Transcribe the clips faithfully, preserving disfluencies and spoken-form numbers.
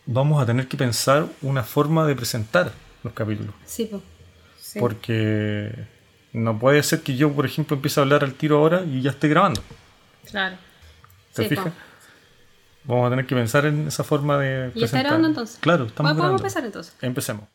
vamos a tener que pensar una forma de presentar los capítulos. Sí, pues. Sí. Porque no puede ser que yo, por ejemplo, empiece a hablar al tiro ahora y ya esté grabando. Claro. ¿Te sí, fijas? po. Vamos a tener que pensar en esa forma de ¿Y presentar. está grabando entonces? Claro, estamos ¿Podemos grabando. empezar entonces? Empecemos.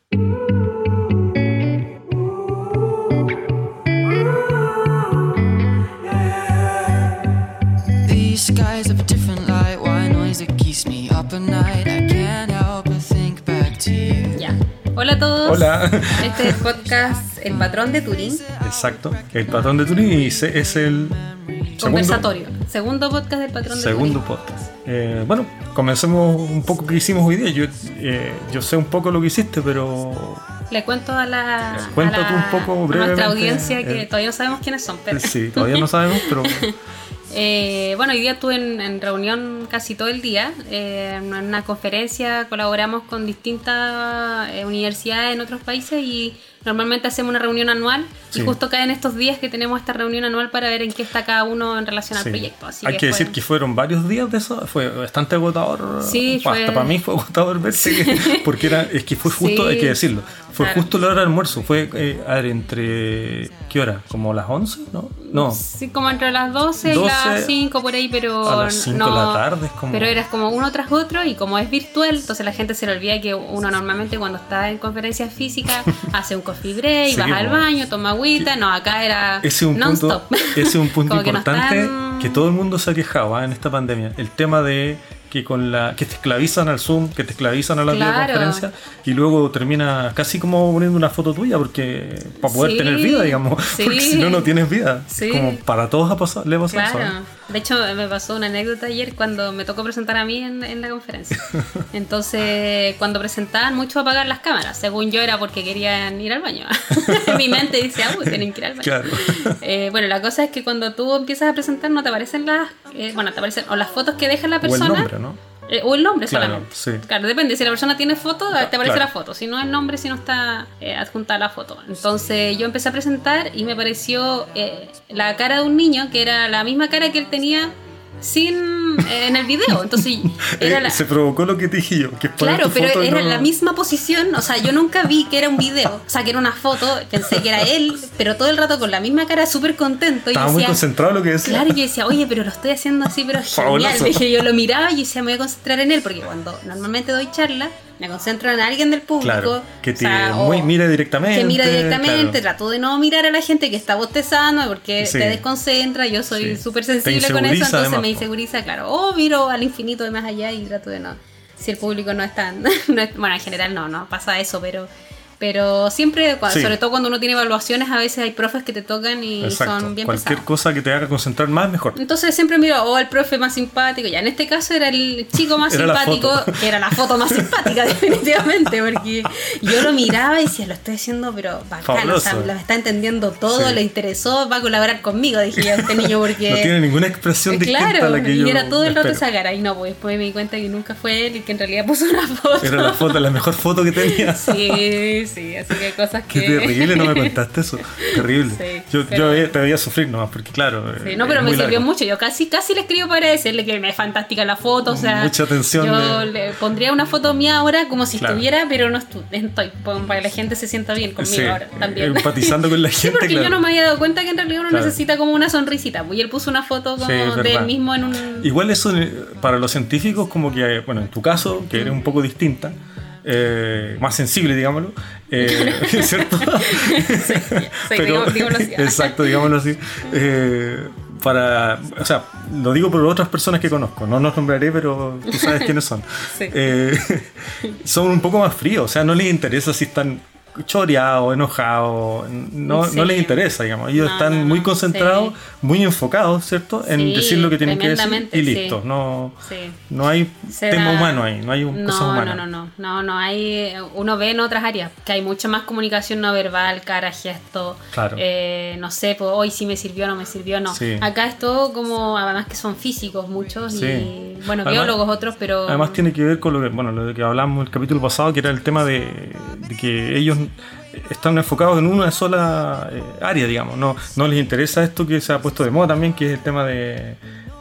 These skies have a different light. Why noise it keeps me up at night? I can't help but think back to you. Ya. Hola a todos. Hola. Este es el podcast El Patrón de Turing. Exacto. El patrón de Turing y se- es el segundo, Conversatorio. Segundo podcast del Patrón de segundo Turing. podcast. Eh, bueno, comencemos un poco qué hicimos hoy día. Yo, eh, yo sé un poco lo que hiciste, pero Le cuento a la, Cuenta a la- tú un poco a nuestra brevemente, audiencia que eh, todavía no sabemos quiénes son. Pero, sí, todavía no sabemos, pero Eh, bueno, hoy día estuve en, en reunión casi todo el día, eh, en una conferencia, colaboramos con distintas eh, universidades en otros países y normalmente hacemos una reunión anual Sí. y justo caen estos días que tenemos esta reunión anual para ver en qué está cada uno en relación al sí. proyecto. Así Hay que, fue- decir que fueron varios días de eso, fue bastante agotador. Sí, Hasta fue- para mí fue agotador verse, porque era, es que fue justo, Sí, hay que decirlo, fue claro. justo la hora del almuerzo, fue, eh, a ver, entre, ¿qué hora? ¿Como las once? ¿No? No, Sí, como entre las doce, y doce las cinco por ahí, pero a las cinco no, de la tarde es como... pero eras como uno tras otro y como es virtual, entonces la gente se le olvida que uno normalmente cuando está en conferencias físicas hace un coffee break, Sí, vas al como- baño, toma agüita, no, acá era Ese es un punto, non-stop. ese es un punto Como que no importante están- que todo el mundo se ha quejado, ¿ah? En esta pandemia. El tema de que con la que te esclavizan al Zoom, que te esclavizan a la Claro. videoconferencia y luego termina casi como poniendo una foto tuya porque para poder Sí, tener vida, digamos, sí. porque si no no tienes vida. Sí. Como para todos ha pasado, le ha pasado eso, Claro, ¿eh? de hecho me pasó una anécdota ayer cuando me tocó presentar a mí en, en la conferencia. Entonces, cuando presentaban, muchos apagar las cámaras. Según yo era porque querían ir al baño. Mi mente dice, ah, uy, tienen que ir al baño. Claro. Eh, bueno, la cosa es que cuando tú empiezas a presentar no te aparecen las, eh, bueno, te aparecen o las fotos que deja la O el persona. nombre, ¿no? Eh, o el nombre Claro, solamente. sí. Claro, depende. Si la persona tiene foto, te aparece Claro. la foto. Si no, el nombre, si no está eh, adjunta a la foto. Entonces yo empecé a presentar y me apareció eh, la cara de un niño que era la misma cara que él tenía sin eh, en el video. Entonces era Eh, la, Se provocó lo que te dije yo, que es poner Claro, tu pero foto y era no- la misma posición, o sea, yo nunca vi que era un video, o sea, que era una foto, pensé que era él, pero todo el rato con la misma cara, súper contento. Y Estaba yo muy decía, concentrado en lo que decía. claro, y yo decía, oye, pero lo estoy haciendo así, pero genial. Fabuloso. Dije, yo lo miraba y yo decía, me voy a concentrar en él, porque cuando normalmente doy charla, me concentro en alguien del público. Claro, que te o sea, muy, o- mira directamente. que mira directamente, claro. trato de no mirar a la gente que está bostezando porque Sí. te desconcentra, yo soy Sí. súper Te sensible con eso, inseguriza entonces además, me po. inseguriza, claro, o miro al infinito y más allá y trato de no, si el público no es tan, no es- bueno, en general no, no pasa eso, pero pero siempre, cuando- Sí. sobre todo cuando uno tiene evaluaciones, a veces hay profes que te tocan y Exacto. son bien Cualquier pesados. cosa que te haga concentrar más, mejor. Entonces siempre miro o al profe más simpático, ya en este caso era el chico más Era la simpático, foto. que era la foto más simpática definitivamente, porque yo lo miraba y decía, lo estoy haciendo pero bacán, o sea, Fabuloso. lo está entendiendo todo, Sí. le interesó, va a colaborar conmigo, dije yo, este niño porque... No tiene ninguna expresión distinta Claro, a la que y yo era todo el rato espero. esa cara, y no, pues después me di cuenta que nunca fue él y que en realidad puso una foto. Era la foto, la mejor foto que tenía. Sí, sí, así que cosas Qué que... terrible, no me contaste eso. Terrible. Sí, yo pero- yo veía- te veía sufrir nomás, porque claro. Sí, eh, no, pero es me muy sirvió largo. mucho. Yo casi casi le escribo para decirle que me es fantástica la foto. O sea, Mucha atención Yo de- le pondría una foto mía ahora como si Claro. estuviera, pero no estu- estoy. Para que la gente se sienta bien conmigo Sí, ahora también. empatizando con la Sí, gente, porque claro. yo no me había dado cuenta que en realidad uno Claro. necesita como una sonrisita. Pues, y él puso una foto como Sí, es de él verdad. mismo en un. Igual eso eh, para los científicos como que, bueno, en tu caso, que eres un poco distinta, eh, más sensible, digámoslo, eh, ¿cierto? Sí, digamos- digámoslo así. Exacto, digámoslo así. Eh, para, o sea, lo digo por otras personas que conozco, no los nombraré, pero tú sabes quiénes son. Sí. Eh, son un poco más fríos, o sea, no les interesa si están choreados, enojados, no, Sí. no les interesa, digamos. Ellos No, están no, muy no, concentrados, sí. muy enfocados, ¿cierto? En Sí, decir lo que tienen que decir tremendamente, y sí. listo. No, Sí. no hay Se tema da- humano ahí, no hay un- cosas No, humanas. no, no, no, no, no hay, uno ve en otras áreas que hay mucha más comunicación no verbal, cara, gesto, Claro. eh, no sé, pues hoy sí me sirvió, no me sirvió, no. Sí. Acá es todo como, además que son físicos muchos Sí. y, bueno, Además- biólogos otros, pero... Además tiene que ver con lo que, bueno, lo de que hablamos el capítulo pasado, que era el tema de, de que ellos están enfocados en una sola eh, área, digamos. No, no les interesa esto que se ha puesto de moda también, que es el tema de,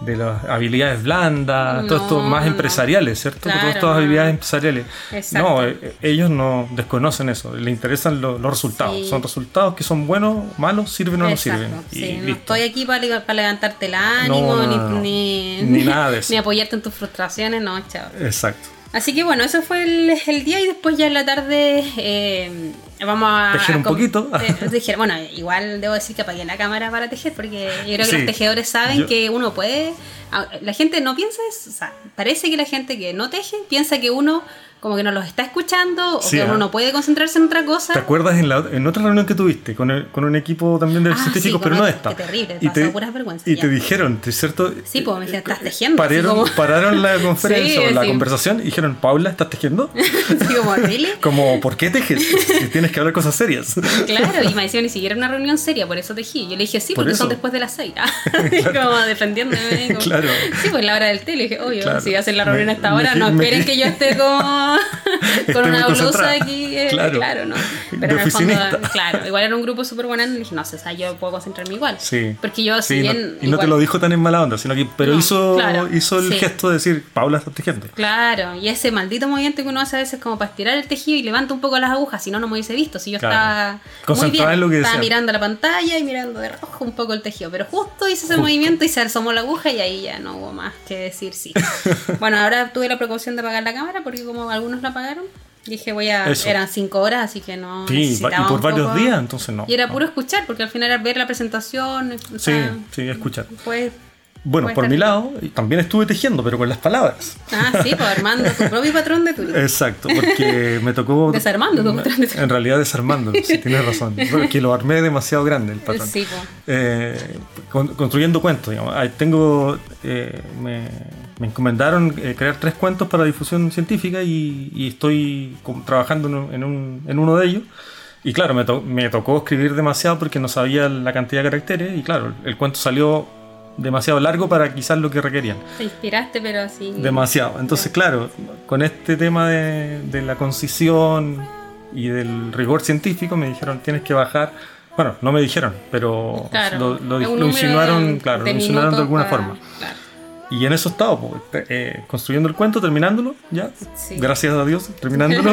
de las habilidades blandas, No, todo esto más no. empresariales, ¿cierto? Claro, Todas estas no. habilidades empresariales. Exacto. No, eh, ellos no desconocen eso, les interesan lo- los resultados. Sí. Son resultados que son buenos, malos, sirven o no Exacto, sirven. Y sí, no listo. estoy aquí para, para levantarte el ánimo, No, no, no, no. ni, Ni nada de eso. ni apoyarte en tus frustraciones, no, chao. Exacto. Así que bueno, eso fue el, el día y después ya en la tarde eh, vamos a... Tejer un a com- poquito. te- tejer. Bueno, igual debo decir que apagué la cámara para tejer porque yo creo que Sí, los tejedores saben yo- que uno puede... La gente no piensa eso, o sea, parece que la gente que no teje piensa que uno como que no los está escuchando o Sí, que uno ah. no puede concentrarse en otra cosa. ¿Te acuerdas en, la, en otra reunión que tuviste con, el- con un equipo también de Ah, científicos, sí, pero con no el- esta? qué terrible, y pasó te, puras vergüenzas, y ya. te dijeron, ¿cierto? Sí, pues me dijeron, ¿estás tejiendo? Así Pararon, como- pararon la conferencia Sí, o la sí. conversación y dijeron, Paula, ¿estás tejiendo? Así como, ¿really? Como, ¿por qué tejes? Si tienes que hablar cosas serias. Claro, y me decían ni siquiera una reunión seria, por eso tejí. Yo le dije, sí, Por porque eso. son después de las seis. Como defendiéndome. Como, Claro. Sí, pues la hora del té. Le dije, obvio, Claro. si hacen la reunión Me- a esta me hora, qui- no me esperen qui- que yo esté como Estoy con una muy blusa concentrada. aquí. eh, Claro. claro, ¿no? De Pero en el fondo, oficinista. claro, igual era un grupo súper bueno. Le dije, no sé, o sea, yo puedo concentrarme igual. Sí. Porque yo, si Sí, no- bien. y no te igual- lo dijo tan en mala onda, sino que, pero No, hizo, claro, hizo el sí. gesto de decir, Paula, estás tejiendo. Claro, y ese maldito movimiento que uno hace a veces como para estirar el tejido y levanta un poco las agujas, si no, no me hubiese visto. Si yo Claro. estaba muy Concentrada bien, en lo que estaba decían. mirando la pantalla y mirando de rojo un poco el tejido, pero justo hice ese Justo. movimiento y se asomó la aguja y ahí ya no hubo más que decir sí. Bueno, ahora tuve la precaución de apagar la cámara porque como algunos la apagaron, dije voy a... Eso. Eran cinco horas, así que no Sí, necesitaba y por un varios poco- días, entonces no. Y era no. puro escuchar, porque al final era ver la presentación. O Sí, sea, sí, escuchar. Pues, Bueno, puede por estar mi bien. lado, también estuve tejiendo, pero con las palabras. Ah, sí, pues armando tu propio patrón de Turing. Exacto, porque me tocó... Desarmando tu patrón de Turing. En realidad desarmándolo, sí, tienes razón. Porque lo armé demasiado grande el patrón. Sí, pues. Eh, con- construyendo cuentos, digamos. Ahí tengo... eh, me, me encomendaron eh, crear tres cuentos para difusión científica y, y estoy com- trabajando en, un- en, un- en uno de ellos. Y claro, me, to- me tocó escribir demasiado porque no sabía la cantidad de caracteres y claro, el cuento salió demasiado largo para quizás lo que requerían. Te inspiraste, pero así. Demasiado. Entonces, claro, con este tema de, de la concisión y del rigor científico, me dijeron tienes que bajar. Bueno, no me dijeron, pero Claro, lo, lo- es un lo número insinuaron, de- claro, de lo insinuaron de minutos alguna para- forma. Claro. Y en eso estaba, pues, te- eh, construyendo el cuento, terminándolo, ya, Sí. gracias a Dios, terminándolo.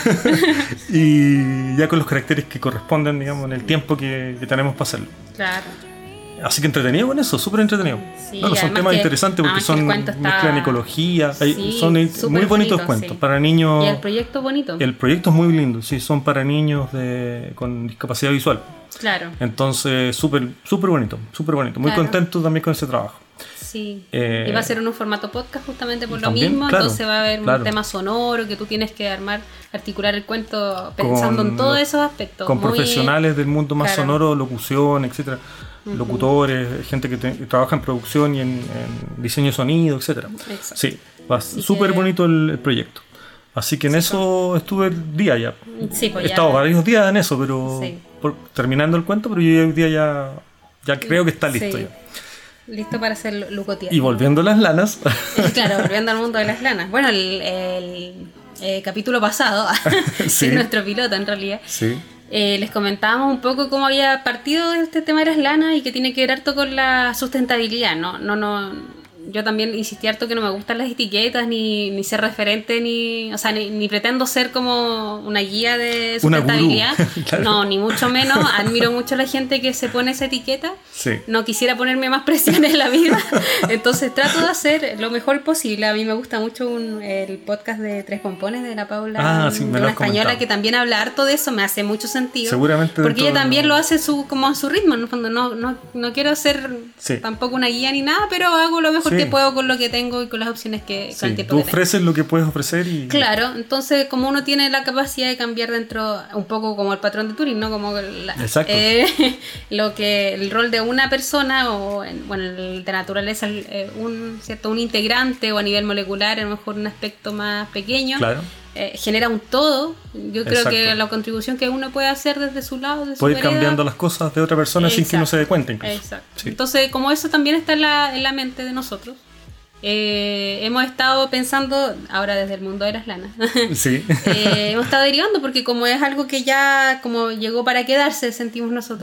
Y ya con los caracteres que corresponden, digamos, en el tiempo que, que tenemos para hacerlo. Claro. Así que entretenido con eso, súper entretenido. Sí, Bueno, son además temas que- interesantes porque además que el son cuento está- mezclan ecología, hay- Sí, son i- súper muy bonitos bonito, cuentos sí. para niños. Y el proyecto bonito. El proyecto es muy lindo, sí, son para niños de, con discapacidad visual. Claro. Entonces, súper súper bonito, súper bonito. Muy Claro. contento también con ese trabajo. Sí. Eh, y va a ser en un formato podcast justamente por lo también, mismo. claro, entonces va a haber claro. un tema sonoro que tú tienes que armar, articular el cuento pensando Con en todos los- esos aspectos. Con muy- profesionales del mundo más claro. sonoro, locución, etcétera, locutores, gente que, te- que trabaja en producción y en, en diseño de sonido, etcétera. Exacto. Sí, va Así súper que- bonito el, el proyecto. Así que en eso estuve el día ya. Sí, pues He ya- estado varios días en eso, pero Sí. por- terminando el cuento, pero yo hoy día ya, ya creo que está listo Sí. ya. Listo para hacer Lucotier. Y volviendo a las lanas, Claro, volviendo al mundo de las lanas. Bueno, el, el, eh, capítulo pasado, que Sí. es nuestro piloto en realidad, sí, eh, les comentábamos un poco cómo había partido este tema de las lanas y que tiene que ver harto con la sustentabilidad, ¿no? No, no, yo también insistí harto que no me gustan las etiquetas, ni, ni ser referente, ni, o sea, ni, ni pretendo ser como una guía de Una gurú. sustentabilidad. Claro. No, ni mucho menos. Admiro mucho a la gente que se pone esa etiqueta. sí. No quisiera ponerme más presión en la vida, entonces trato de hacer lo mejor posible. A mí me gusta mucho un- el podcast de Tres Pompones de la Paula, Ah, sí, me de lo una has española comentado. que también habla harto de eso, me hace mucho sentido. Seguramente Porque dentro ella de- también lo hace su, como a su ritmo, en el fondo. No, no, no quiero ser Sí. tampoco una guía ni nada, pero hago lo mejor Sí. que puedo con lo que tengo y con las opciones que con Sí, el tiempo tú que tengo. ofreces lo que puedes ofrecer y... Claro, entonces como uno tiene la capacidad de cambiar dentro, un poco como el patrón de Turing, ¿no? Como la- Exacto. eh, lo que el rol de una persona o en, bueno, el de naturaleza el, eh, un cierto un integrante o a nivel molecular, a lo mejor un aspecto más pequeño, Claro. eh, genera un todo. Yo creo Exacto. que la contribución que uno puede hacer desde su lado, de su Puede ir vereda, cambiando las cosas de otra persona sin que uno Exacto. se dé cuenta incluso. Exacto. Sí. Entonces, como eso también está en la, en la mente de nosotros, eh, hemos estado pensando, ahora desde el mundo de las lanas, Sí. eh, hemos estado derivando porque como es algo que ya como llegó para quedarse, sentimos nosotros,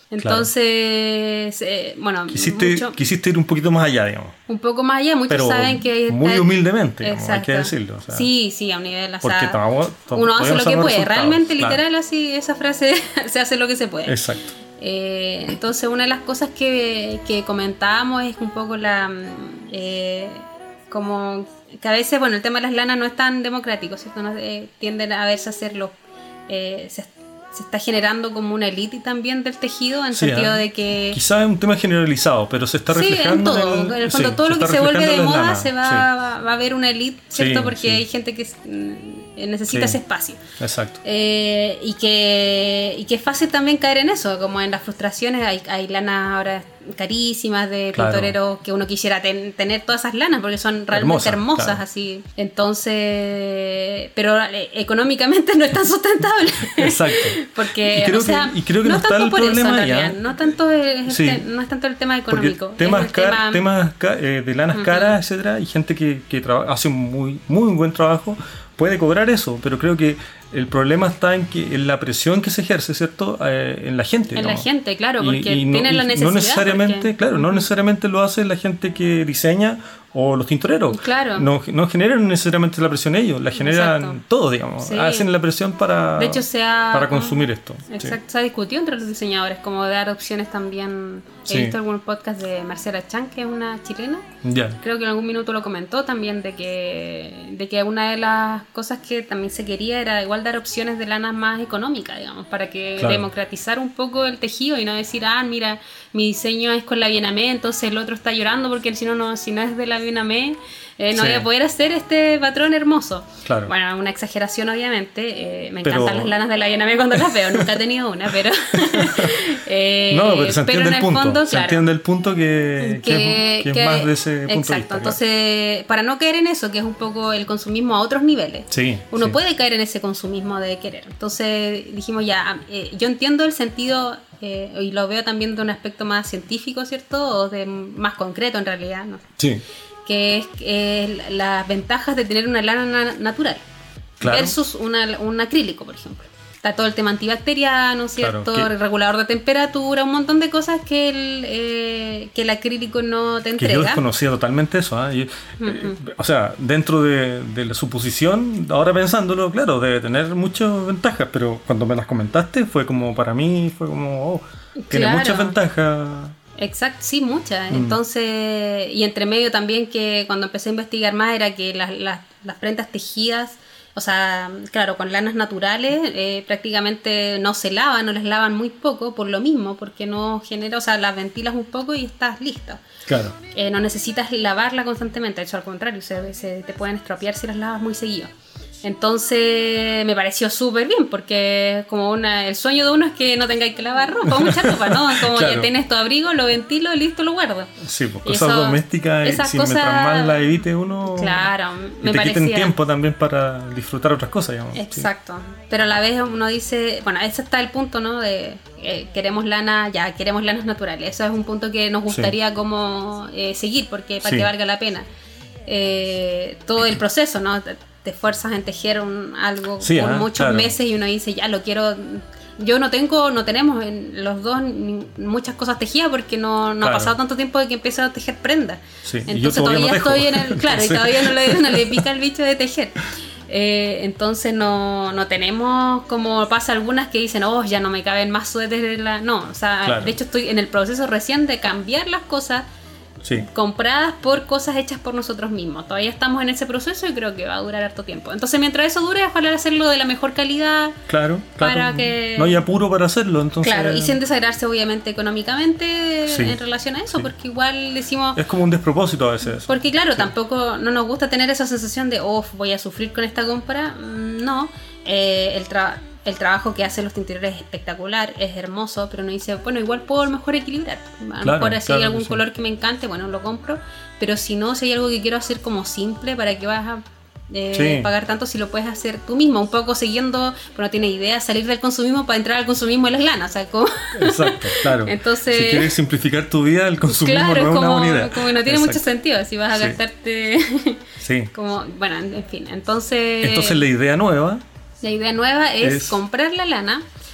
Entonces, eh, bueno, Quisiste, mucho, quisiste ir un poquito más allá, digamos. un poco más allá, muchos Pero saben que... muy está- humildemente, digamos, hay Exacto. que decirlo. O sea, Sí, sí, a un nivel, o porque sea, estamos- to- uno hace podemos lo que saber puede, resultados, realmente claro. literal así, esa frase, se hace lo que se puede. Exacto. Eh, entonces una de las cosas que, que comentábamos es un poco la... mm, eh, como que a veces, bueno, el tema de las lanas no es tan democrático, ¿cierto? No, eh, tienden a verse a hacerlo... Eh, se, se está generando como una élite también del tejido, en Sí, sentido ¿eh? de que... Quizás es un tema generalizado, pero se está Sí, reflejando en todo. el- En el fondo, sí, todo lo que está se vuelve de reflejando en moda las se va, lanas, va, va a ver una elite, ¿cierto? Sí, Porque sí. hay gente que es- mm, necesita Sí. ese espacio. sí. Exacto. Eh, y, que, y que es fácil también caer en eso, como en las frustraciones. Hay, hay lanas ahora carísimas de Claro. tintoreros que uno quisiera ten- tener todas esas lanas porque son realmente Hermosas, hermosas, claro. así. Entonces, pero eh, económicamente no es tan sustentable. Exacto. Porque, Y creo o sea, que- y creo que no está tanto el por problema eso, en allá. realidad. No tanto es, Sí. este- no es tanto el tema Porque económico. temas, es el car- tema- temas ca- eh, de lanas Ujú. caras, etcétera, y gente que, que traba- hace un muy, muy buen trabajo puede cobrar eso, pero creo que el problema está en que en la presión que se ejerce, ¿cierto? Eh, en la gente. En la digamos. gente, claro, Y- porque y no- tienen la y necesidad. No necesariamente, porque- claro, no Ujú. necesariamente lo hace la gente que diseña o los tintoreros. Claro. No, no generan necesariamente la presión ellos, la generan Exacto. todos, digamos. Sí. Hacen la presión para, De hecho, se ha- para consumir esto. sí. Exacto, se ha discutido entre los diseñadores, como dar opciones también. He Sí. visto algunos podcasts de Marcela Chan, que es una chilena. Ya. Creo que en algún minuto lo comentó también, de que, de que una de las cosas que también se quería era igual dar opciones de lanas más económicas, digamos, para que Claro. democratizar un poco el tejido y no decir, ah, mira, mi diseño es con la Vietnamé, entonces el otro está llorando porque si no, no, si no es de la Vietnamé, eh, no Sí. voy a poder hacer este patrón hermoso. Claro. Bueno, una exageración obviamente, eh, me Pero- encantan las lanas de la Vietnamé cuando las veo, nunca he tenido una, pero... eh, No, pero se entiende en el punto. fondo, se claro, entiende el punto que, que es, que es que- más de ese punto exacto, de vista. claro. entonces para no caer en eso, que es un poco el consumismo a otros niveles, Sí, uno sí. puede caer en ese consumismo de querer. Entonces dijimos ya, eh, yo entiendo el sentido eh, y lo veo también de un aspecto más científico, ¿cierto? O de más concreto en realidad, ¿no? Sí, Que es eh, las ventajas de tener una lana na- natural Claro. versus una, un acrílico, por ejemplo. Está todo el tema antibacteriano, ¿cierto? Claro, que- El regulador de temperatura, un montón de cosas que el, eh, que el acrílico no te que yo entrega. desconocía totalmente eso. ¿ah? Y, eh, o sea, dentro de, de la suposición, ahora pensándolo, claro, debe tener muchas ventajas, pero cuando me las comentaste fue como, para mí, fue como, oh, tiene Claro. muchas ventajas. Exacto, sí, muchas. Mm. Entonces, y entre medio también que cuando empecé a investigar más era que las, las, las prendas tejidas, o sea, claro, con lanas naturales eh, prácticamente no se lavan, no las lavan muy poco por lo mismo, porque no genera, o sea, las ventilas un poco y estás lista. Claro. Eh, no necesitas lavarla constantemente, de hecho al contrario, se, se te pueden estropear si las lavas muy seguido. Entonces me pareció súper bien, porque como una, el sueño de uno es que no tengáis que lavar ropa, mucha ropa, ¿no? Como Claro. ya tienes tu abrigo, lo ventilo, listo, lo guardo. Sí, pues Y cosas eso- domésticas, esas si cosas- mientras más la evite uno, Claro, y me te quiten parecía... tiempo también para disfrutar otras cosas, digamos. sí. Exacto, pero a la vez uno dice, bueno, ese está el punto, ¿no? De eh, queremos lana, ya, queremos lanas naturales. Eso es un punto que nos gustaría como eh, seguir, porque para Sí. que valga la pena. Eh, todo el proceso, ¿no? Te, te esfuerzas en tejer un, algo Sí, por ah, muchos claro. meses y uno dice, ya, lo quiero... Yo no tengo, no tenemos en los dos ni- muchas cosas tejidas porque no, no Claro. ha pasado tanto tiempo de que empecé a tejer prendas. Sí, y yo Entonces todavía todavía, no tejo. estoy en el... Claro, y Entonces- todavía no le, no le pica el bicho de tejer. Eh, entonces no, no tenemos como pasa algunas que dicen, oh, ya no me caben más suéteres de la... No, o sea, Claro. de hecho estoy en el proceso recién de cambiar las cosas Sí. compradas por cosas hechas por nosotros mismos. Todavía estamos en ese proceso y creo que va a durar harto tiempo. Entonces mientras eso dure, ojalá hacerlo de la mejor calidad. Claro, claro. Para que- No hay apuro para hacerlo, entonces. Claro, y sin desagrarse obviamente económicamente Sí. en relación a eso, Sí. porque igual decimos... Es como un despropósito a veces. eso. Porque claro, tampoco no nos gusta tener esa sensación de, oh, voy a sufrir con esta compra. Mm, No, eh, el, tra- el trabajo que hacen los tintoreros es espectacular, es hermoso, pero uno dice, bueno, igual puedo a lo mejor equilibrar. A lo Claro, mejor si claro hay que algún sí. color que me encante, bueno, lo compro. Pero si no, si hay algo que quiero hacer como simple, ¿para que vas a eh, Sí. pagar tanto si lo puedes hacer tú mismo? Un poco siguiendo, pero no tiene idea, salir del consumismo para entrar al consumismo de las lanas. O sea, como... Exacto, claro. Entonces- si quieres simplificar tu vida, el consumismo Claro, no es es una como, buena idea. como que no tiene mucho Exacto. sentido si vas a Sí. gastarte Sí. como, bueno, en en fin, entonces Entonces la idea nueva, la idea nueva es, es- comprar la lana,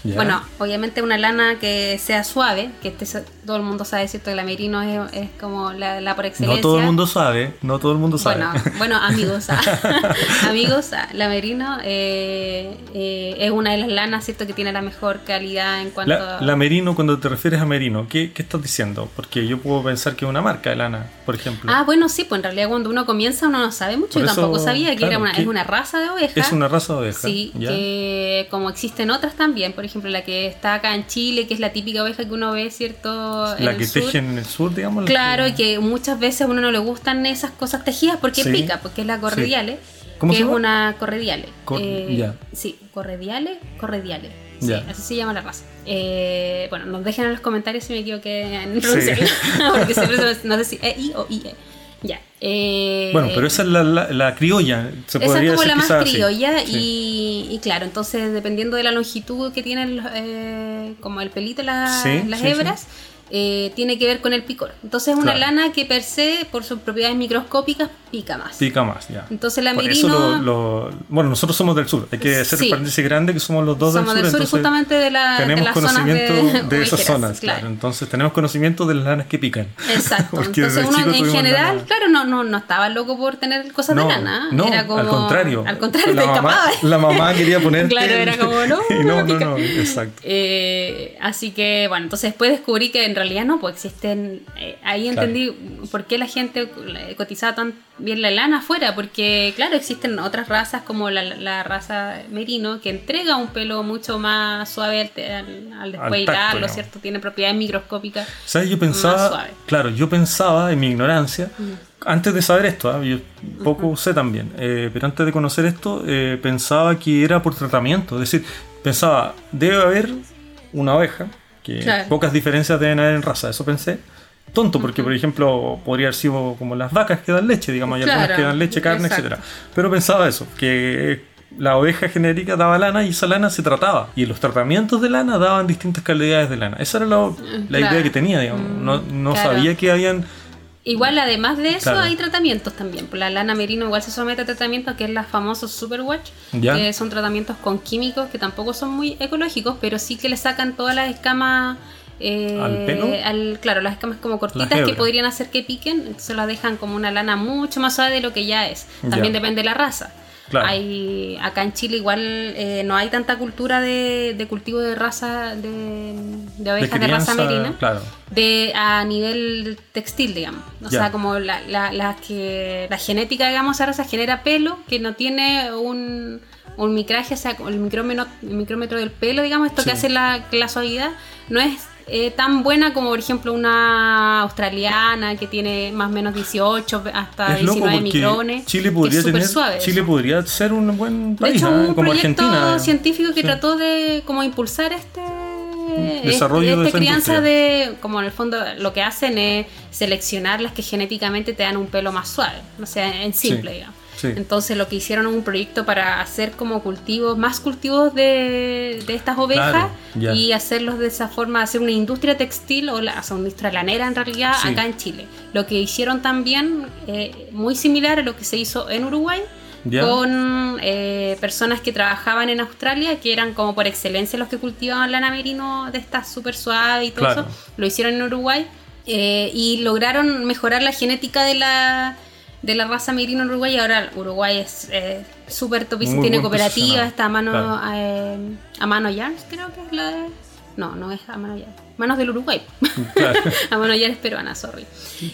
Ya. Bueno, obviamente una lana que sea suave, que este, todo el mundo sabe, ¿cierto? Que la merino es, es como la, la por excelencia. No todo el mundo sabe, no todo el mundo sabe. Bueno, bueno amigos, ah, amigos, ah, la merino eh, eh, es una de las lanas, ¿cierto? Que tiene la mejor calidad en cuanto la, a... la merino, cuando te refieres a merino, ¿qué, ¿qué estás diciendo? Porque yo puedo pensar que es una marca de lana, por ejemplo. Ah, bueno, sí, pues en realidad cuando uno comienza uno no sabe mucho. Por Yo eso, tampoco sabía que claro, era una, que es una raza de oveja. Es una raza de oveja. Sí, ¿ya? que como existen otras también, por ejemplo la que está acá en Chile, que es la típica oveja que uno ve, ¿cierto? En La el que sur. tejen en el sur, digamos. Claro, que... y que muchas veces a uno no le gustan esas cosas tejidas porque Sí. pica, porque es la corrediale. ¿Cómo que se es llama? una corrediale. Cor- Eh, ya. Sí, corrediale, corrediale. Sí, Ya. así se llama la raza. Eh, bueno, nos dejen en los comentarios si me equivoqué en pronunciarlo. Porque siempre se- no sé si E, I o I, E. Ya. Eh, Bueno, pero esa es la, la, la criolla, se esa podría es como decir la más quizás así. criolla Sí. y, y claro, entonces dependiendo de la longitud que tienen eh, como el pelito, la- Sí, las sí, hebras, eh, tiene que ver con el picor. Entonces es una Claro. lana que per se, por sus propiedades microscópicas, pica más. Pica más, ya. Entonces la Por merino... eso lo, lo- bueno, nosotros somos del sur, hay que hacer Sí. el paréntesis grande que somos los dos Somos del del sur, sur y entonces justamente de, la, de tenemos las zonas conocimiento de, de, esas ovejeras, zonas, claro. claro. Entonces tenemos conocimiento de las lanas que pican. Exacto. Porque Entonces desde uno chico en tuvimos general, lana. claro, no, no, no estaba loco por tener cosas No, de lana. no, Era como, al contrario. Al contrario, la te mamá, escapaba. la mamá quería ponerte... Claro, era como, no, y no no, me no, pica. no, exacto. Eh, así que, bueno, entonces después descubrí que en realidad no, pues existen. Eh, ahí Claro. entendí por qué la gente cotizaba tan bien la lana afuera, porque, claro, existen otras razas como la, la raza merino que entrega un pelo mucho más suave al, al, al despueilarlo, digamos. ¿cierto? Tiene propiedades microscópicas. ¿Sabes? Yo Más pensaba, suave. claro, yo pensaba en mi ignorancia, antes de saber esto, ¿eh? Yo poco sé también, eh, pero antes de conocer esto, eh, pensaba que era por tratamiento, es decir, pensaba, debe haber una oveja, que Claro. pocas diferencias deben haber en raza, eso pensé. Tonto, porque por ejemplo podría haber sido como las vacas que dan leche, digamos, hay algunas Claro, que dan leche, carne, exacto. etcétera. Pero pensaba eso, que la oveja genérica daba lana y esa lana se trataba. Y los tratamientos de lana daban distintas calidades de lana. Esa era la, la Claro. idea que tenía, digamos. No, no claro. sabía que habían... Igual, además de eso, Claro. hay tratamientos también. La lana merino igual se somete a tratamientos, que es la famosa Superwatch, Ya. que son tratamientos con químicos que tampoco son muy ecológicos, pero sí que le sacan todas las escamas. eh, ¿Al pelo? al- claro, las escamas como cortitas Las que hebras. podrían hacer que piquen, entonces las dejan como una lana mucho más suave de lo que ya es. También Ya. depende de la raza. Claro. Hay, acá en Chile igual eh, no hay tanta cultura de, de cultivo de raza de, de ovejas de, raza crianza, merina claro. de a nivel textil, digamos. O Ya. sea, como la, la, la que la genética, digamos, esa raza genera pelo que no tiene un, un micraje, o sea, el micrómetro, el micrómetro del pelo, digamos, esto Sí. que hace la, la suavidad, no es eh, tan buena como, por ejemplo, una australiana que tiene más o menos dieciocho hasta Es loco diecinueve porque micrones. Chile que es podría súper tener, suave Chile eso. podría ser un buen De país, hecho, ¿eh? hubo un Como proyecto Argentina. científico que Sí. trató de como impulsar este Desarrollo de esta esa crianza industria. de, como en el fondo lo que hacen es seleccionar las que genéticamente te dan un pelo más suave, o sea, en simple, Sí, digamos. sí. Entonces lo que hicieron es un proyecto para hacer como cultivos, más cultivos de, de estas ovejas Claro, ya. y hacerlos de esa forma, hacer una industria textil o, la, o sea, una industria lanera en realidad Sí. acá en Chile. Lo que hicieron también, eh, muy similar a lo que se hizo en Uruguay, Ya. con eh, personas que trabajaban en Australia, que eran como por excelencia los que cultivaban lana merino de esta súper suave y todo Claro. eso. Lo hicieron en Uruguay eh, y lograron mejorar la genética de la de la raza merino en Uruguay. Y ahora Uruguay es eh, súper topísimo, Muy tiene buen cooperativa, posicionado. está a mano Claro. eh, a mano Yarns, creo que es la de... No, no es a mano Yarns, manos del Uruguay. Claro. A mano Yarns peruana, sorry. Sí.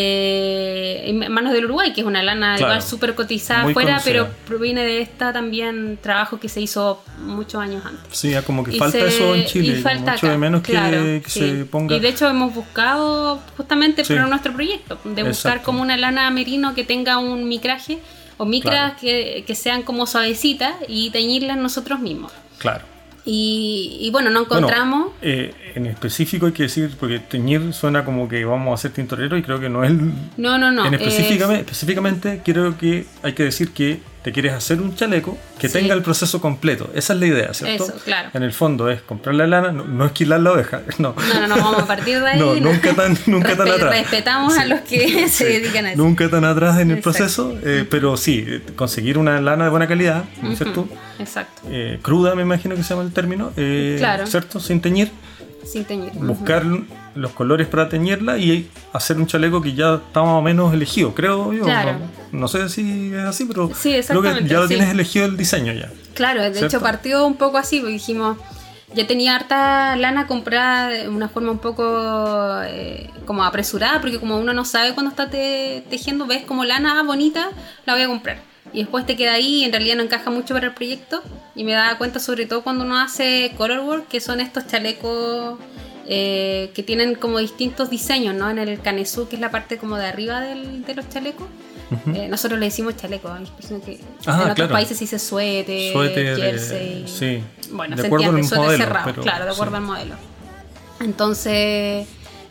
Eh, y Manos del Uruguay, que es una lana Claro. igual súper cotizada Muy afuera, conocida. pero proviene de esta también trabajo que se hizo muchos años antes. Sí, ya como que Y falta se- eso en y Chile, falta mucho acá, de menos que, claro, que sí. se ponga... Y de hecho hemos buscado justamente Sí. para nuestro proyecto, de buscar Exacto. como una lana merino que tenga un micraje o micras Claro. que, que sean como suavecitas y teñirlas nosotros mismos. Claro. Y, y bueno, no encontramos... Bueno, eh, en específico hay que decir, porque teñir suena como que vamos a hacer tintorero y creo que no es... el- no, no, no. en es- específicamente, específicamente creo que hay que decir que te quieres hacer un chaleco que Sí. tenga el proceso completo. Esa es la idea, ¿cierto? Eso, claro. En el fondo es comprar la lana, no, no esquilar la oveja, no. No, no, no, vamos a partir de ahí. No, nunca tan, nunca tan Respe- atrás. Respetamos a los que se dedican a eso. Nunca tan atrás en el Exacto. proceso, eh, pero sí, eh, conseguir una lana de buena calidad, ¿no es cierto? Ujú, Exacto. Eh, cruda, me imagino que se llama el término, eh, Claro. ¿cierto? Sin teñir, Sin teñir. buscar los colores para teñirla y hacer un chaleco que ya está más o menos elegido, creo yo. Claro. No, no sé si es así, pero Sí, creo que exactamente, ya lo sí. tienes elegido el diseño ya. Claro, de ¿Cierto? hecho partió un poco así, porque dijimos, ya tenía harta lana comprada de una forma un poco eh, como apresurada, porque como uno no sabe cuando está te- tejiendo, ves como lana bonita, la voy a comprar. Y después te queda ahí y en realidad no encaja mucho para el proyecto. Y me daba cuenta sobre todo cuando uno hace colorwork, que son estos chalecos eh, que tienen como distintos diseños, ¿no? En el canesú, que es la parte como de arriba del- de los chalecos. Ujú. Eh, nosotros le decimos chaleco, hay personas que Ah, en otros claro. países se dice suéter, Suéter, eh, jersey. sí. Bueno, De se acuerdo entiende, al suéter modelo, cerrado, pero- claro, de acuerdo sí. al modelo. Entonces,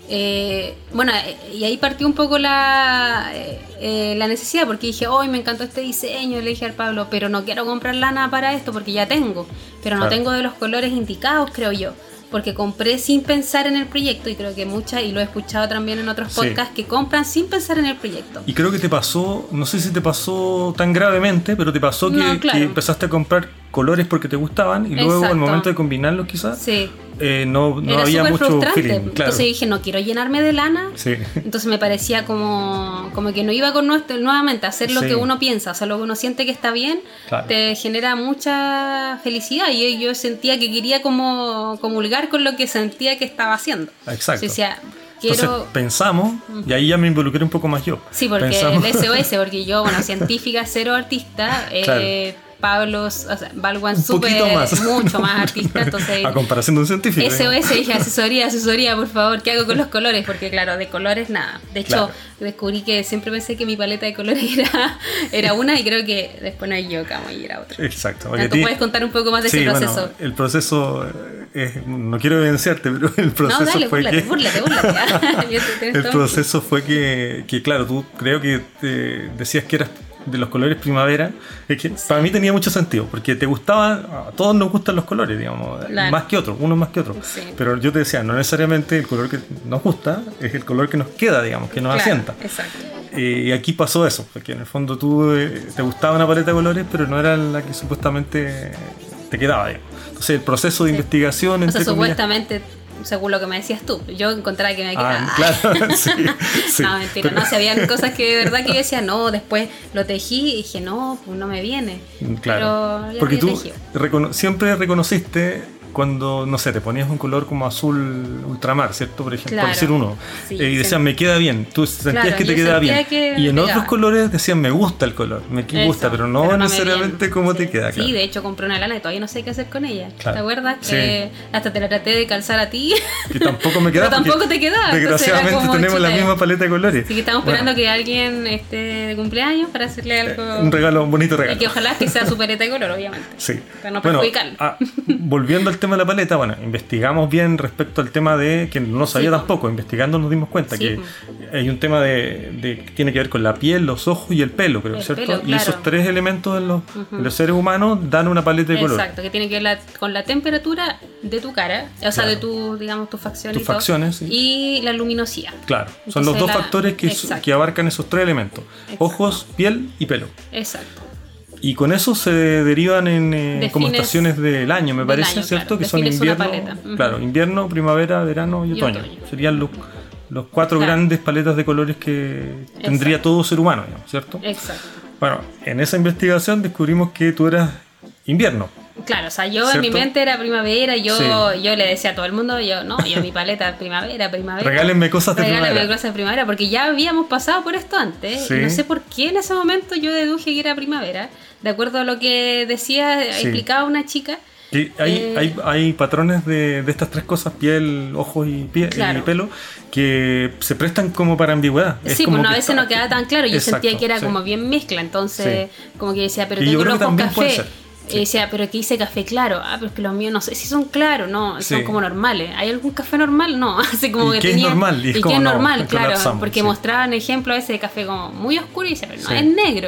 eh, bueno, eh, y ahí partió un poco la, eh, eh, la necesidad, porque dije, hoy me encantó este diseño, le dije al Pablo, pero no quiero comprar lana para esto porque ya tengo, pero no Claro. tengo de los colores indicados, creo yo. Porque compré sin pensar en el proyecto y creo que muchas, y lo he escuchado también en otros Sí. podcasts, que compran sin pensar en el proyecto. Y creo que te pasó, no sé si te pasó tan gravemente, pero te pasó que, No, claro. que empezaste a comprar colores porque te gustaban y luego Exacto. al momento de combinarlos quizás Sí. eh, no, no Era había súper mucho frustrante. feeling. Claro. Entonces dije, no quiero llenarme de lana. Sí. Entonces me parecía como, como que no iba con nuestro, nuevamente hacer lo Sí. que uno piensa, o sea, lo que uno siente que está bien, Claro. te genera mucha felicidad. Y yo, yo sentía que quería como comulgar con lo que sentía que estaba haciendo. Exacto. Yo decía, quiero... Entonces pensamos, y ahí ya me involucré un poco más yo. Sí, porque Pensamos- el S O S, porque yo, bueno, científica, cero artista, eh, Claro. Pablo, o sea, Balwan Un súper, poquito más. mucho más artista, entonces... a comparación de un científico. S O digamos. S, dije, asesoría, asesoría, por favor, ¿qué hago con los colores? Porque claro, de colores nada. De hecho, Claro. descubrí que siempre pensé que mi paleta de colores era, era una y creo que después nos equivocamos y era otra. Exacto. Ah, porque a ¿Tú ti- puedes contar un poco más de Sí, ese bueno, proceso? el proceso, eh, es- no quiero evidenciarte, pero el proceso No, dale, fue búrlate, que... búrlate, búrlate. Yo te- tienes El todo- proceso fue que, que, claro, tú creo que te decías que eras de los colores primavera. Es que para mí tenía mucho sentido, porque te gustaba, a todos nos gustan los colores, digamos, Claro. más que otros, unos más que otros. Sí. Pero yo te decía, no necesariamente el color que nos gusta es el color que nos queda, digamos, que nos Claro, asienta. exacto. Eh, y aquí pasó eso, porque en el fondo tú eh, te gustaba una paleta de colores, pero no era la que supuestamente te quedaba, digamos. Entonces el proceso de Sí. investigación, O entre sea, comillas, supuestamente, según lo que me decías tú, yo encontraba que me quedaba... Ah, claro, sí, sí. No, mentira, Pero- no, si habían cosas que de verdad que yo decía, no, después lo tejí y dije, no, pues no me viene. Claro, Pero ya porque había tú tejido. recono- siempre reconociste cuando, no sé, te ponías un color como azul ultramar, ¿cierto? Por ejemplo, Claro. por decir uno. Sí, eh, y decías, sí. me queda bien. Tú sentías Claro, que te yo quedaba sentía bien. que Y en me otros pegaba. colores decían, me gusta el color, me Eso, gusta, pero no me necesariamente viene. cómo te Sí. queda. Sí, claro. de hecho compré una lana y todavía no sé qué hacer con ella. Claro. ¿Te acuerdas? Sí. Que hasta te la traté de calzar a ti. Que tampoco me quedaba. Pero tampoco porque te quedaba, entonces era Desgraciadamente como, tenemos la chuta. misma paleta de colores. Así que estamos Bueno, esperando que alguien esté de cumpleaños para hacerle algo. un regalo, un bonito Y regalo. que ojalá que sea su paleta de color, obviamente. Sí. Para no Bueno, perjudicarlo. ah, volviendo al tema de la paleta, bueno, investigamos bien respecto al tema de que no sabía Sí, po. tampoco, investigando nos dimos cuenta Sí, que po. hay un tema de, de que tiene que ver con la piel, los ojos y el pelo, creo, El ¿cierto? pelo, Y claro. esos tres elementos en los, Ujú. en los seres humanos dan una paleta de color. Exacto, que tiene que ver la- con la temperatura de tu cara, o sea, Claro. de tu, digamos, tus facciones, Tus y todo, facciones, sí. y la luminosidad. Claro, son Entonces los dos la- factores que, exacto. que abarcan esos tres elementos: Exacto. ojos, piel y pelo. Exacto. Y con eso se derivan en eh, como Defines- estaciones del año, me del parece, año, ¿cierto? claro. Que son Defines una invierno, paleta. Ujú. claro, invierno, primavera, verano y Y otoño. otoño. Serían los, los cuatro Claro. grandes paletas de colores que tendría Exacto. todo ser humano, digamos, ¿cierto? Exacto. Bueno, en esa investigación descubrimos que tú eras invierno. Claro, o sea, yo en mi ¿Cierto? mente era primavera, yo, Sí. yo le decía a todo el mundo, yo, no, yo mi paleta primavera, primavera. Regálenme cosas de Regálenme primavera. cosas de primavera, porque ya habíamos pasado por esto antes, Sí. y no sé por qué en ese momento yo deduje que era primavera, de acuerdo a lo que decía, Sí. explicaba una chica. Y hay, Eh, hay, hay patrones de, de estas tres cosas, piel, ojos y, pie, Claro. y pelo, que se prestan como para ambigüedad. Es Sí, como pues no, a que veces está- no quedaba tan claro, yo Exacto, sentía que era sí. como bien mezcla, entonces como que decía, pero Y yo tengo creo los que ojos también puede café. ser. Y decía, pero que hice café claro. Ah, pero es que los míos no sé si son claros, no, son Sí. como normales. ¿Hay algún café normal? No, así como ¿Y que qué es tenía. normal? Y es ¿Y como, qué es no, normal? Claro, colapsamos, porque sí. mostraban ejemplos a ese de café como muy oscuro y decía, pero no Sí. es negro.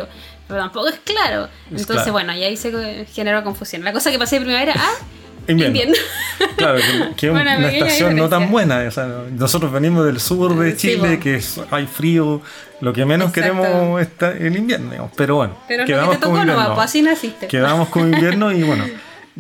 pero tampoco es claro. Es Entonces, claro. bueno, y ahí se generó confusión. La cosa que pasé de primavera a Invierno. invierno. Claro, que, que es Una una pequeña estación no tan diferencia. buena. O sea, nosotros venimos del sur de Sí, Chile, po. que es- hay frío, lo que menos Exacto. queremos es el invierno, digamos. Pero bueno, Pero es lo quedamos que te como tocó, no, invierno. pues así naciste. Quedamos como invierno y bueno,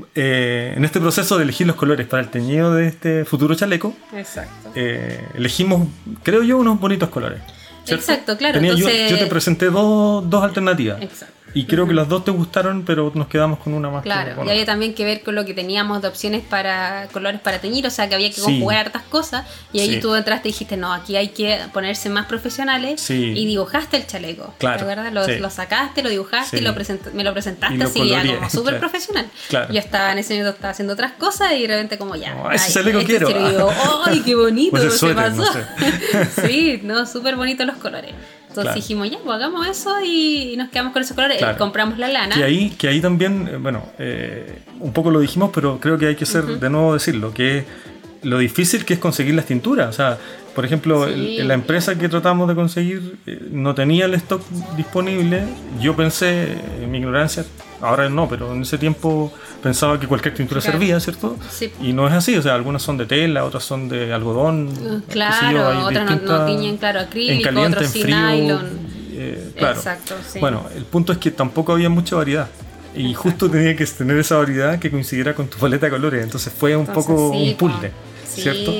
eh, en este proceso de elegir los colores para el teñido de este futuro chaleco, Exacto. eh, elegimos, creo yo, unos bonitos colores. ¿cierto? Exacto, claro, Tenía- yo- entonces- yo, te presenté dos, dos alternativas. Exacto. Y creo que las dos te gustaron, pero nos quedamos con una más. que Claro, con y había otra. también que ver con lo que teníamos de opciones para colores para teñir, o sea que había que Sí. conjugar hartas cosas, y ahí Sí. tú entraste y dijiste, no, aquí hay que ponerse más profesionales, Sí. y dibujaste el chaleco, Claro, ¿te acuerdas? Lo, sí. lo sacaste, lo dibujaste Sí. y lo present- me lo presentaste Y lo así ya coloreé, como súper claro. profesional. Claro. Yo estaba en ese momento estaba haciendo otras cosas y de repente como ya, No, ese ay, chaleco este quiero. chaleco, y digo, ¡ay, qué bonito! O ese se suéter, pasó. no Sí, no, súper bonitos los colores. Entonces Claro. dijimos, ya, pues hagamos eso y nos quedamos con esos colores. Claro. Compramos la lana. Que ahí, que ahí también, eh, bueno, eh, un poco lo dijimos, pero creo que hay que ser, de nuevo decirlo, que lo difícil que es conseguir las tinturas. O sea, por ejemplo, Sí. el- la empresa que tratamos de conseguir eh, no tenía el stock disponible. Yo pensé, en mi ignorancia, ahora no, pero en ese tiempo pensaba que cualquier tintura Claro. servía, ¿cierto? Sí. Y no es así, o sea, algunas son de tela, otras son de algodón. Uh, qué claro, sé yo, hay otras no- no distintas- tiñen, claro, acrílico, en caliente, otros en sin frío, nylon. eh, claro. Exacto, sí. Bueno, el punto es que tampoco había mucha variedad. Y justo tenía que tener esa variedad que coincidiera con tu paleta de colores. Entonces fue un Entonces, poco sí, un puzzle, po. Sí. ¿cierto?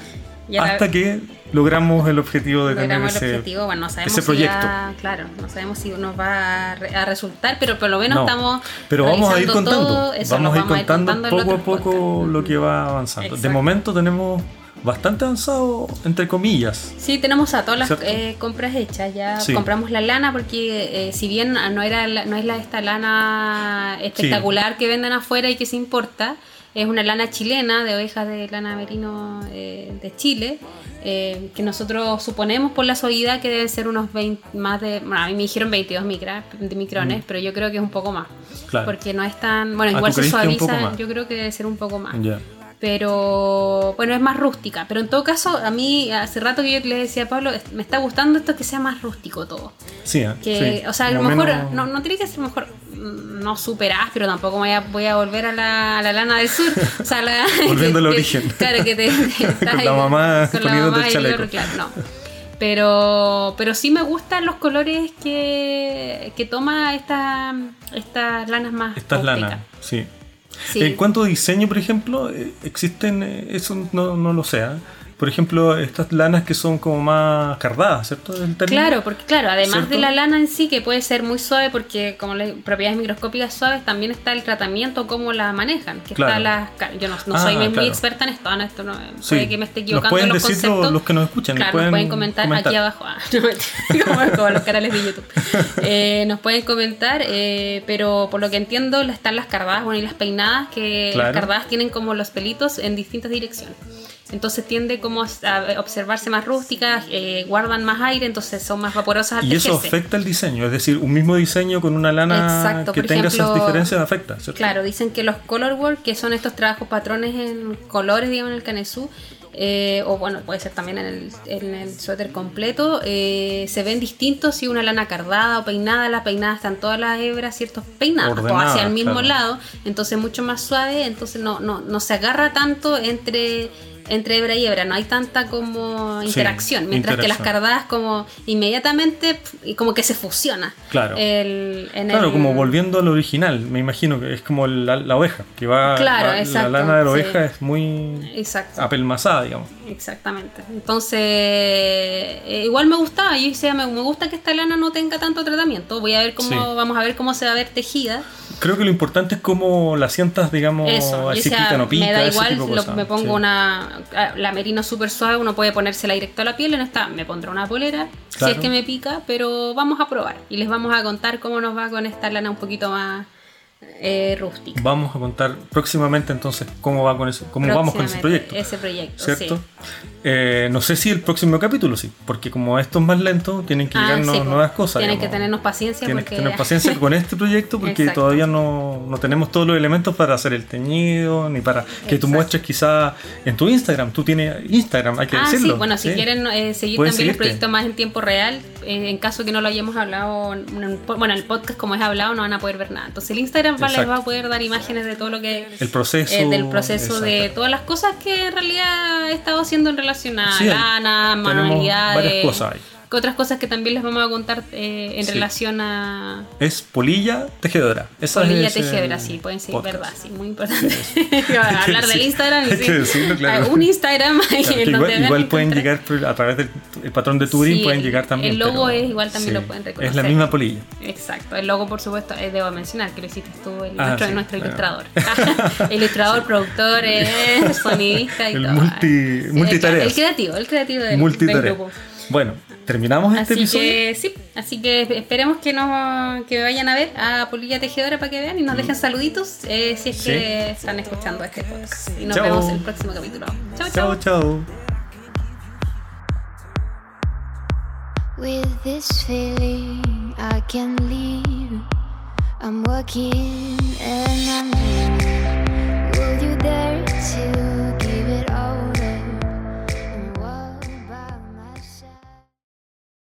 Y ahora Hasta que logramos el objetivo de tener logramos el ese, objetivo, bueno, no sabemos ese si proyecto. ya- claro, no sabemos si nos va a, re- a resultar, pero por lo menos No, estamos pero vamos a ir realizando contando. todo, eso vamos lo a ir contando en poco a otros poco podcasts. lo que va avanzando. De Exacto. momento tenemos bastante avanzado, entre comillas. Sí, tenemos a todas las ¿Cierto? eh, compras hechas. Ya Sí. compramos la lana porque eh, si bien no era la- no es la esta lana espectacular que venden afuera y que se importa, es una lana chilena de ovejas de lana merino eh, de Chile, eh, que nosotros suponemos por la suavidad que deben ser unos veinte, más de, bueno, a mí me dijeron veintidós micra- de micrones, Mm. pero yo creo que es un poco más. Claro. Porque no es tan, bueno, Ah, igual ¿tú se crees que es un poco suaviza, más? yo creo que debe ser un poco más. Ya. Pero bueno, es más rústica. Pero en todo caso, a mí hace rato que yo le decía a Pablo, "Es- me está gustando esto que sea más rústico todo. Sí, ¿eh? Que, Sí. o sea, a lo Como mejor menos- no, no tiene que ser mejor, mm, no super áspero, tampoco me voy a, voy a volver a la, a la lana del sur. O sea, la, Volviendo al que- origen. Claro, que te, que estás Con la ahí mamá con la poniéndote mamá el y chaleco. yo, claro, no. Pero, pero sí me gustan los colores que, que toma esta, estas lanas más Estas rústicas. lanas, sí. Sí. En cuanto a diseño, por ejemplo, eh, existen, eh, eso no, no lo sé, ¿eh? Por ejemplo, estas lanas que son como más cardadas, ¿cierto? El término. Claro, porque claro, además ¿Cierto? de la lana en sí, que puede ser muy suave, porque como las propiedades microscópicas suaves, también está el tratamiento, cómo la manejan. Que Claro. está las, ca- yo no, no Ah, soy muy claro. experta en esto, ¿no? Esto no, Sí. puede que me esté equivocando Nos pueden en los decir conceptos. los, los que nos escuchan. Claro, nos pueden, nos pueden comentar, aquí abajo, ah, no, como, como los canales de YouTube. Eh, nos pueden comentar, eh, pero por lo que entiendo están las cardadas, bueno, y las peinadas, que Claro. las cardadas tienen como los pelitos en distintas direcciones. Entonces tiende como a observarse más rústicas, eh, guardan más aire, entonces son más vaporosas al Y eso tejerse. afecta el diseño, es decir, un mismo diseño con una lana Exacto, que por tenga esas ejemplo, diferencias afecta, ¿cierto? Claro, dicen que los color work, que son estos trabajos patrones en colores, digamos, en el canesú, eh, o bueno, puede ser también en el, en el suéter completo, eh, se ven distintos si una lana cardada o peinada. La peinada están todas las hebras, ciertos peinadas, o Ordenadas, hacia el mismo claro. lado, entonces mucho más suave, entonces no, no, no se agarra tanto entre... entre hebra y hebra, no hay tanta como interacción, mientras que las interacción. cardadas como inmediatamente pf, y como que se fusiona. Claro. El, en Claro, el- como volviendo al original, me imagino que es como la, la oveja, que va, Claro, va- la exacto, lana de la sí. oveja es muy Exacto. apelmazada, digamos. Exactamente. Entonces, eh, igual me gustaba. Yo decía, me, me gusta que esta lana no tenga tanto tratamiento. Voy a ver cómo, Sí. vamos a ver cómo se va a ver tejida. Creo que lo importante es cómo la sientas, digamos, Eso. Yo así decía, pica, no pica, me da ese igual, tipo de lo- cosas. me pongo Sí. una. La merino súper suave, uno puede ponérsela directo a la piel. En esta me pondré una polera, si Claro. es que me pica, pero vamos a probar. Y les vamos a contar cómo nos va con esta lana un poquito más, eh, rústica. Vamos a contar próximamente entonces cómo va con ese, cómo vamos con ese proyecto. Ese proyecto, ¿cierto? sí. Eh, no sé si el próximo capítulo sí, porque como esto es más lento, tienen que Ah, llegarnos sí, po. nuevas cosas. Tienen digamos. que tenernos paciencia. Tienes porque... que tener paciencia con este proyecto porque Exacto. todavía no, no tenemos todos los elementos para hacer el teñido, ni para que Exacto. tú muestres quizá en tu Instagram. Tú tienes Instagram, hay que Ah, decirlo. sí, bueno, si ¿sí? quieren eh, seguir Pueden también el seguirte. proyecto más en tiempo real, eh, en caso que no lo hayamos hablado, en un po- bueno, el podcast como es hablado no van a poder ver nada. Entonces el Instagram va, les Exacto. va a poder dar imágenes de todo lo que... El proceso. eh, del proceso de exacto. todas las cosas que en realidad he estado haciendo en relación a Sí, lana, tenemos manualidades, varias cosas ahí. que otras cosas que también les vamos a contar eh, en Sí. relación a Es Polilla Tejedora. Esa Polilla es el Tejedora, sí, pueden seguir, podcast. verdad, sí, muy importante. Hablar del Sí, Instagram, hay sí. que decirlo, claro. Ah, un Instagram ahí Claro, que en donde igual van a igual pueden encontrar- llegar por- a través del el patrón de Turing, Sí, pueden el- llegar también. el logo pero- es igual, también lo pueden reconocer. Es la misma Polilla. Exacto, el logo por supuesto, eh, debo mencionar que lo hiciste tú, el, Ah, nuestro, sí, nuestro bueno. ilustrador. ilustrador, productor, eh, sonidista y El todo. multi- Sí, multitareas. El creativo, el creativo del, del Multitarea. grupo. Bueno, terminamos este Así episodio. que sí, así que esperemos que nos que vayan a ver a Polilla Tejedora para que vean y nos dejen saluditos eh, si es Sí. que están escuchando este podcast. Y nos Chao. vemos el próximo capítulo. Chao, chao. Chao, chao. With this feeling I can leave. I'm working and I'm